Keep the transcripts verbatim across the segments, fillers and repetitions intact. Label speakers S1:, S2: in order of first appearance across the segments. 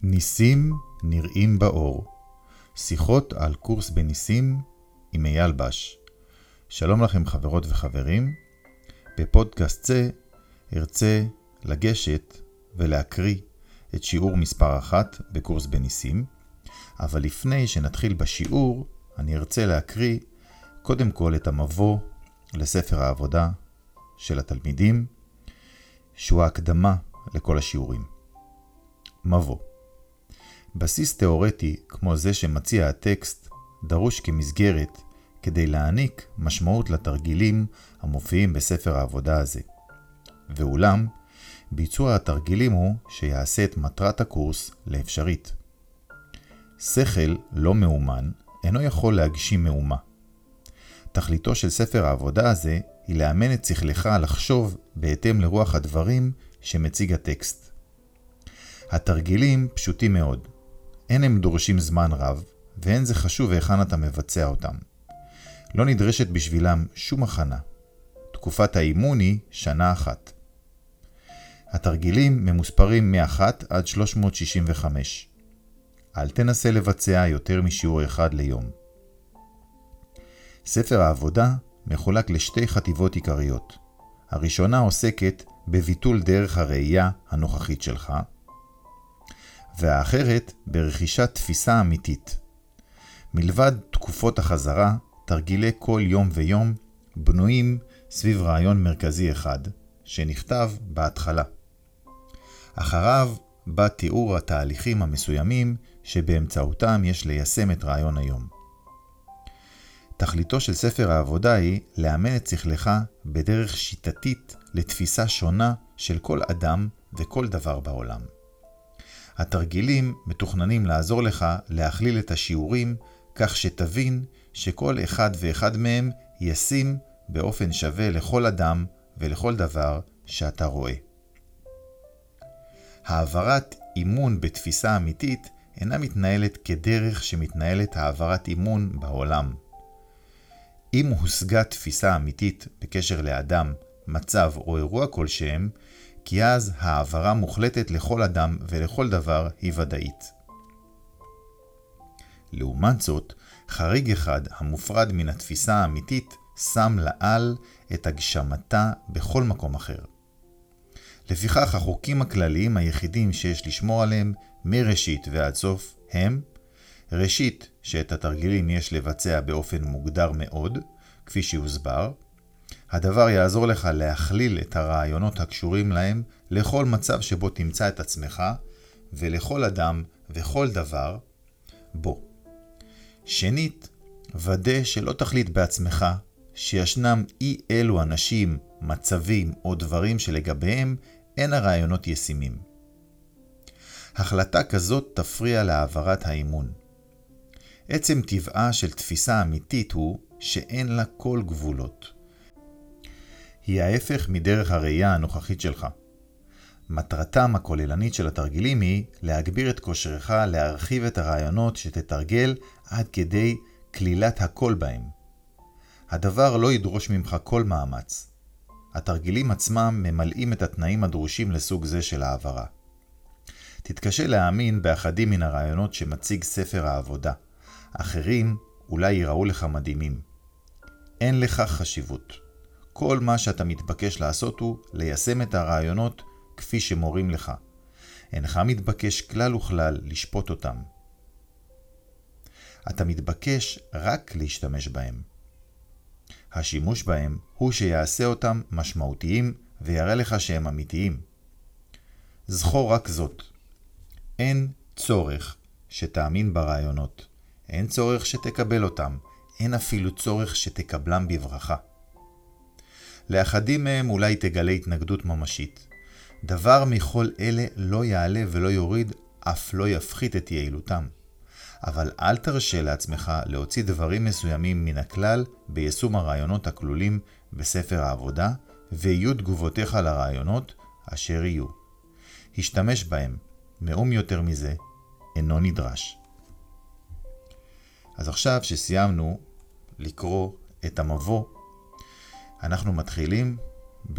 S1: ניסים נראים באור. שיחות על קורס בניסים עם אייל בש. שלום לכם חברות וחברים. בפודקאסט זה ארצה לגשת ולהקריא את שיעור מספר אחת בקורס בניסים. אבל לפני שנתחיל בשיעור, אני ארצה להקריא קודם כל את המבוא לספר העבודה של התלמידים, שהוא ההקדמה לכל השיעורים. מבוא. בסיס תיאורטי כמו זה שמציע הטקסט דרוש כמסגרת כדי להעניק משמעות לתרגילים המופיעים בספר העבודה הזה. ואולם, ביצוע התרגילים הוא שיעשה את מטרת הקורס לאפשרית. שכל לא מאומן אינו יכול להגשים מאומה. תכליתו של ספר העבודה הזה היא לאמן את שכלך לחשוב בהתאם לרוח הדברים שמציג הטקסט. התרגילים פשוטים מאוד. אין הם דורשים זמן רב, ואין זה חשוב היכן אתה מבצע אותם. לא נדרשת בשבילם שום הכנה. תקופת האימון היא שנה אחת. התרגילים ממוספרים מ-אחת עד שלוש מאות שישים וחמש. אל תנסה לבצע יותר משיעור אחד ליום. ספר העבודה מחולק לשתי חטיבות עיקריות. הראשונה עוסקת בביטול דרך הראייה הנוכחית שלך, והאחרת ברכישת תפיסה אמיתית. מלבד תקופות החזרה, תרגילי כל יום ויום בנויים סביב רעיון מרכזי אחד, שנכתב בהתחלה. אחריו בא תיאור התהליכים המסוימים שבאמצעותם יש ליישם את רעיון היום. תכליתו של ספר העבודה היא לאמן את שכלך בדרך שיטתית לתפיסה שונה של כל אדם וכל דבר בעולם. התרגילים מתוכננים לעזור לך להכליל את השיעורים כך שתבין שכל אחד ואחד מהם ישים באופן שווה לכל אדם ולכל דבר שאתה רואה. העברת אימון בתפיסה אמיתית אינה מתנהלת כדרך שמתנהלת העברת אימון בעולם. אם הושגה תפיסה אמיתית בקשר לאדם, מצב או אירוע כלשהם, כי אז העברה מוחלטת לכל אדם ולכל דבר היא ודאית. לעומת זאת, חריג אחד המופרד מן התפיסה האמיתית שם לעל את הגשמתה בכל מקום אחר. לפיכך החוקים הכלליים היחידים שיש לשמור עליהם מראשית ועד סוף הם: ראשית, שאת התרגילים יש לבצע באופן מוגדר מאוד, כפי שהוסבר. הדבר יעזור לך להכליל את הרעיונות הקשורים להם לכל מצב שבו תמצא את עצמך ולכל אדם וכל דבר בו. שנית, ודא שלא תחליט בעצמך שישנם אי אלו אנשים, מצבים או דברים שלגביהם אין הרעיונות ישימים. החלטה כזאת תפריע להעברת האימון. עצם טבעה של תפיסה אמיתית הוא שאין לה כל גבולות. היא ההפך מדרך הראייה הנוכחית שלך. מטרתם הכוללנית של התרגילים היא להגביר את כושרך להרחיב את הרעיונות שתתרגל עד כדי כלילת הכל בהם. הדבר לא ידרוש ממך כל מאמץ. התרגילים עצמם ממלאים את התנאים הדרושים לסוג זה של העברה. תתקשה להאמין באחדים מן הרעיונות שמציג ספר העבודה. אחרים אולי יראו לך מדהימים. אין לך חשיבות. כל מה שאתה מתבקש לעשות הוא ליישם את הרעיונות כפי שמורים לך. אינך מתבקש כלל וכלל לשפוט אותם. אתה מתבקש רק להשתמש בהם. השימוש בהם הוא שיעשה אותם משמעותיים ויראה לך שהם אמיתיים. זכור רק זאת. אין צורך שתאמין ברעיונות. אין צורך שתקבל אותם. אין אפילו צורך שתקבלם בברכה. לאחדים מהם אולי תגלה התנגדות ממשית. דבר מכל אלה לא יעלה ולא יוריד, אף לא יפחית את יעילותם. אבל אל תרשה לעצמך להוציא דברים מסוימים מן הכלל ביישום הרעיונות הכלולים בספר העבודה, ויהיו תגובותיך לרעיונות אשר יהיו. השתמש בהם, מאום יותר מזה, אינו נדרש. אז עכשיו שסיימנו לקרוא את המבוא, אנחנו מתחילים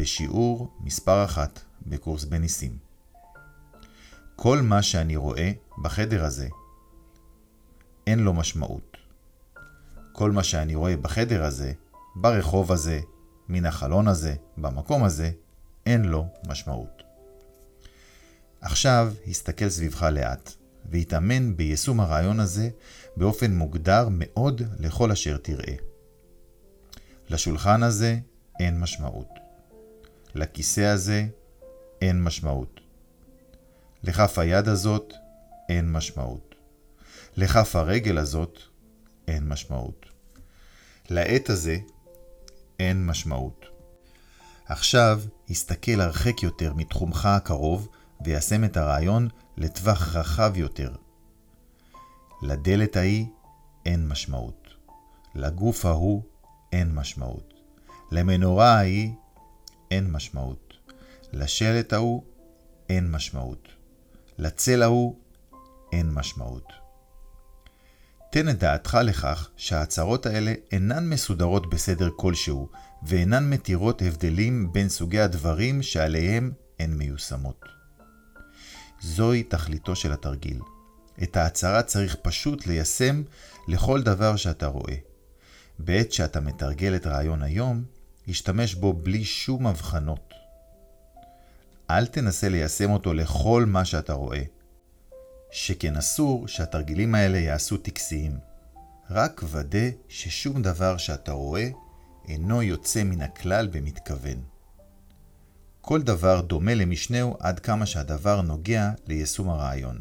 S1: בשיעור מספר אחת בקורס בניסים. כל מה שאני רואה בחדר הזה, אין לו משמעות. כל מה שאני רואה בחדר הזה, ברחוב הזה, מן החלון הזה, במקום הזה, אין לו משמעות. עכשיו הסתכל סביבך לאט, והתאמן ביישום הרעיון הזה באופן מוגדר מאוד לכל אשר תראה. לשולחן הזה אין משמעות. לכיסא הזה אין משמעות. לכף היד הזאת אין משמעות. לכף הרגל הזאת אין משמעות. לעת הזה אין משמעות. עכשיו הסתכל הרחק יותר מתחומך הקרוב וישם את הרעיון לטווח רחב יותר. לדלת ההיא אין משמעות. לגוף ההוא אין משמעות. למנורה ההיא אין משמעות. לשלט ההוא אין משמעות. לצל ההוא אין משמעות. תן את דעתך לכך שההצהרות האלה אינן מסודרות בסדר כלשהו, ואינן מתירות הבדלים בין סוגי הדברים שעליהם הן מיושמות. זוהי תכליתו של התרגיל. את ההצהרה צריך פשוט ליישם לכל דבר שאתה רואה. בעת שאתה מתרגל את רעיון היום, השתמש בו בלי שום הבחנות. אל תנסה ליישם אותו לכל מה שאתה רואה. שכן אסור שהתרגילים האלה יעשו טקסיים. רק ודא ששום דבר שאתה רואה אינו יוצא מן הכלל במתכוון. כל דבר דומה למשנהו עד כמה שהדבר נוגע ליישום הרעיון.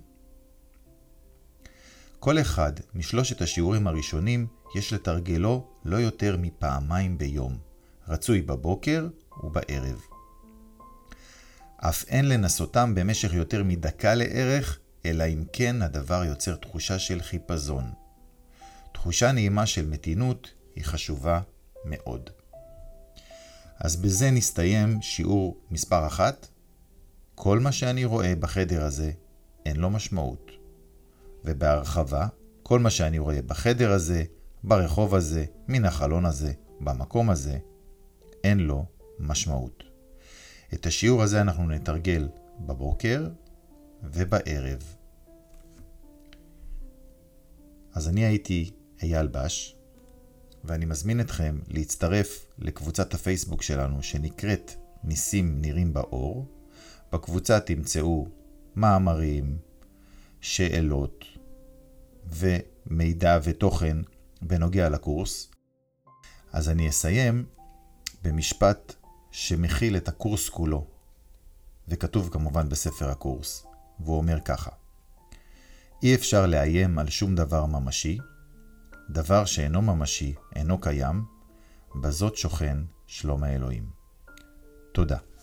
S1: כל אחד משלושת השיעורים הראשונים יש לתרגלו לא יותר מפעמיים ביום, רצוי בבוקר ובערב. אף אין לנסותם במשך יותר מדקה לערך, אלא אם כן הדבר יוצר תחושה של חיפזון. תחושה נעימה של מתינות היא חשובה מאוד. אז בזה נסתיים שיעור מספר אחת. כל מה שאני רואה בחדר הזה אין לו משמעות. ובהרחבה, כל מה שאני רואה בחדר הזה, ברחוב הזה, מן החלון הזה, במקום הזה, אין לו משמעות. את השיעור הזה אנחנו נתרגל בבוקר ובערב. אז אני הייתי אייל בש, ואני מזמין אתכם להצטרף לקבוצת הפייסבוק שלנו שנקראת ניסים נראים באור. בקבוצה תמצאו מאמרים, שאלות ומידע ותוכן בנוגע לקורס. אז אני אסיים במשפט שמכיל את הקורס כולו, וכתוב כמובן בספר הקורס, והוא אומר ככה: אי אפשר לאיים על שום דבר ממשי, דבר שאינו ממשי אינו קיים, בזאת שוכן שלום האלוהים. תודה.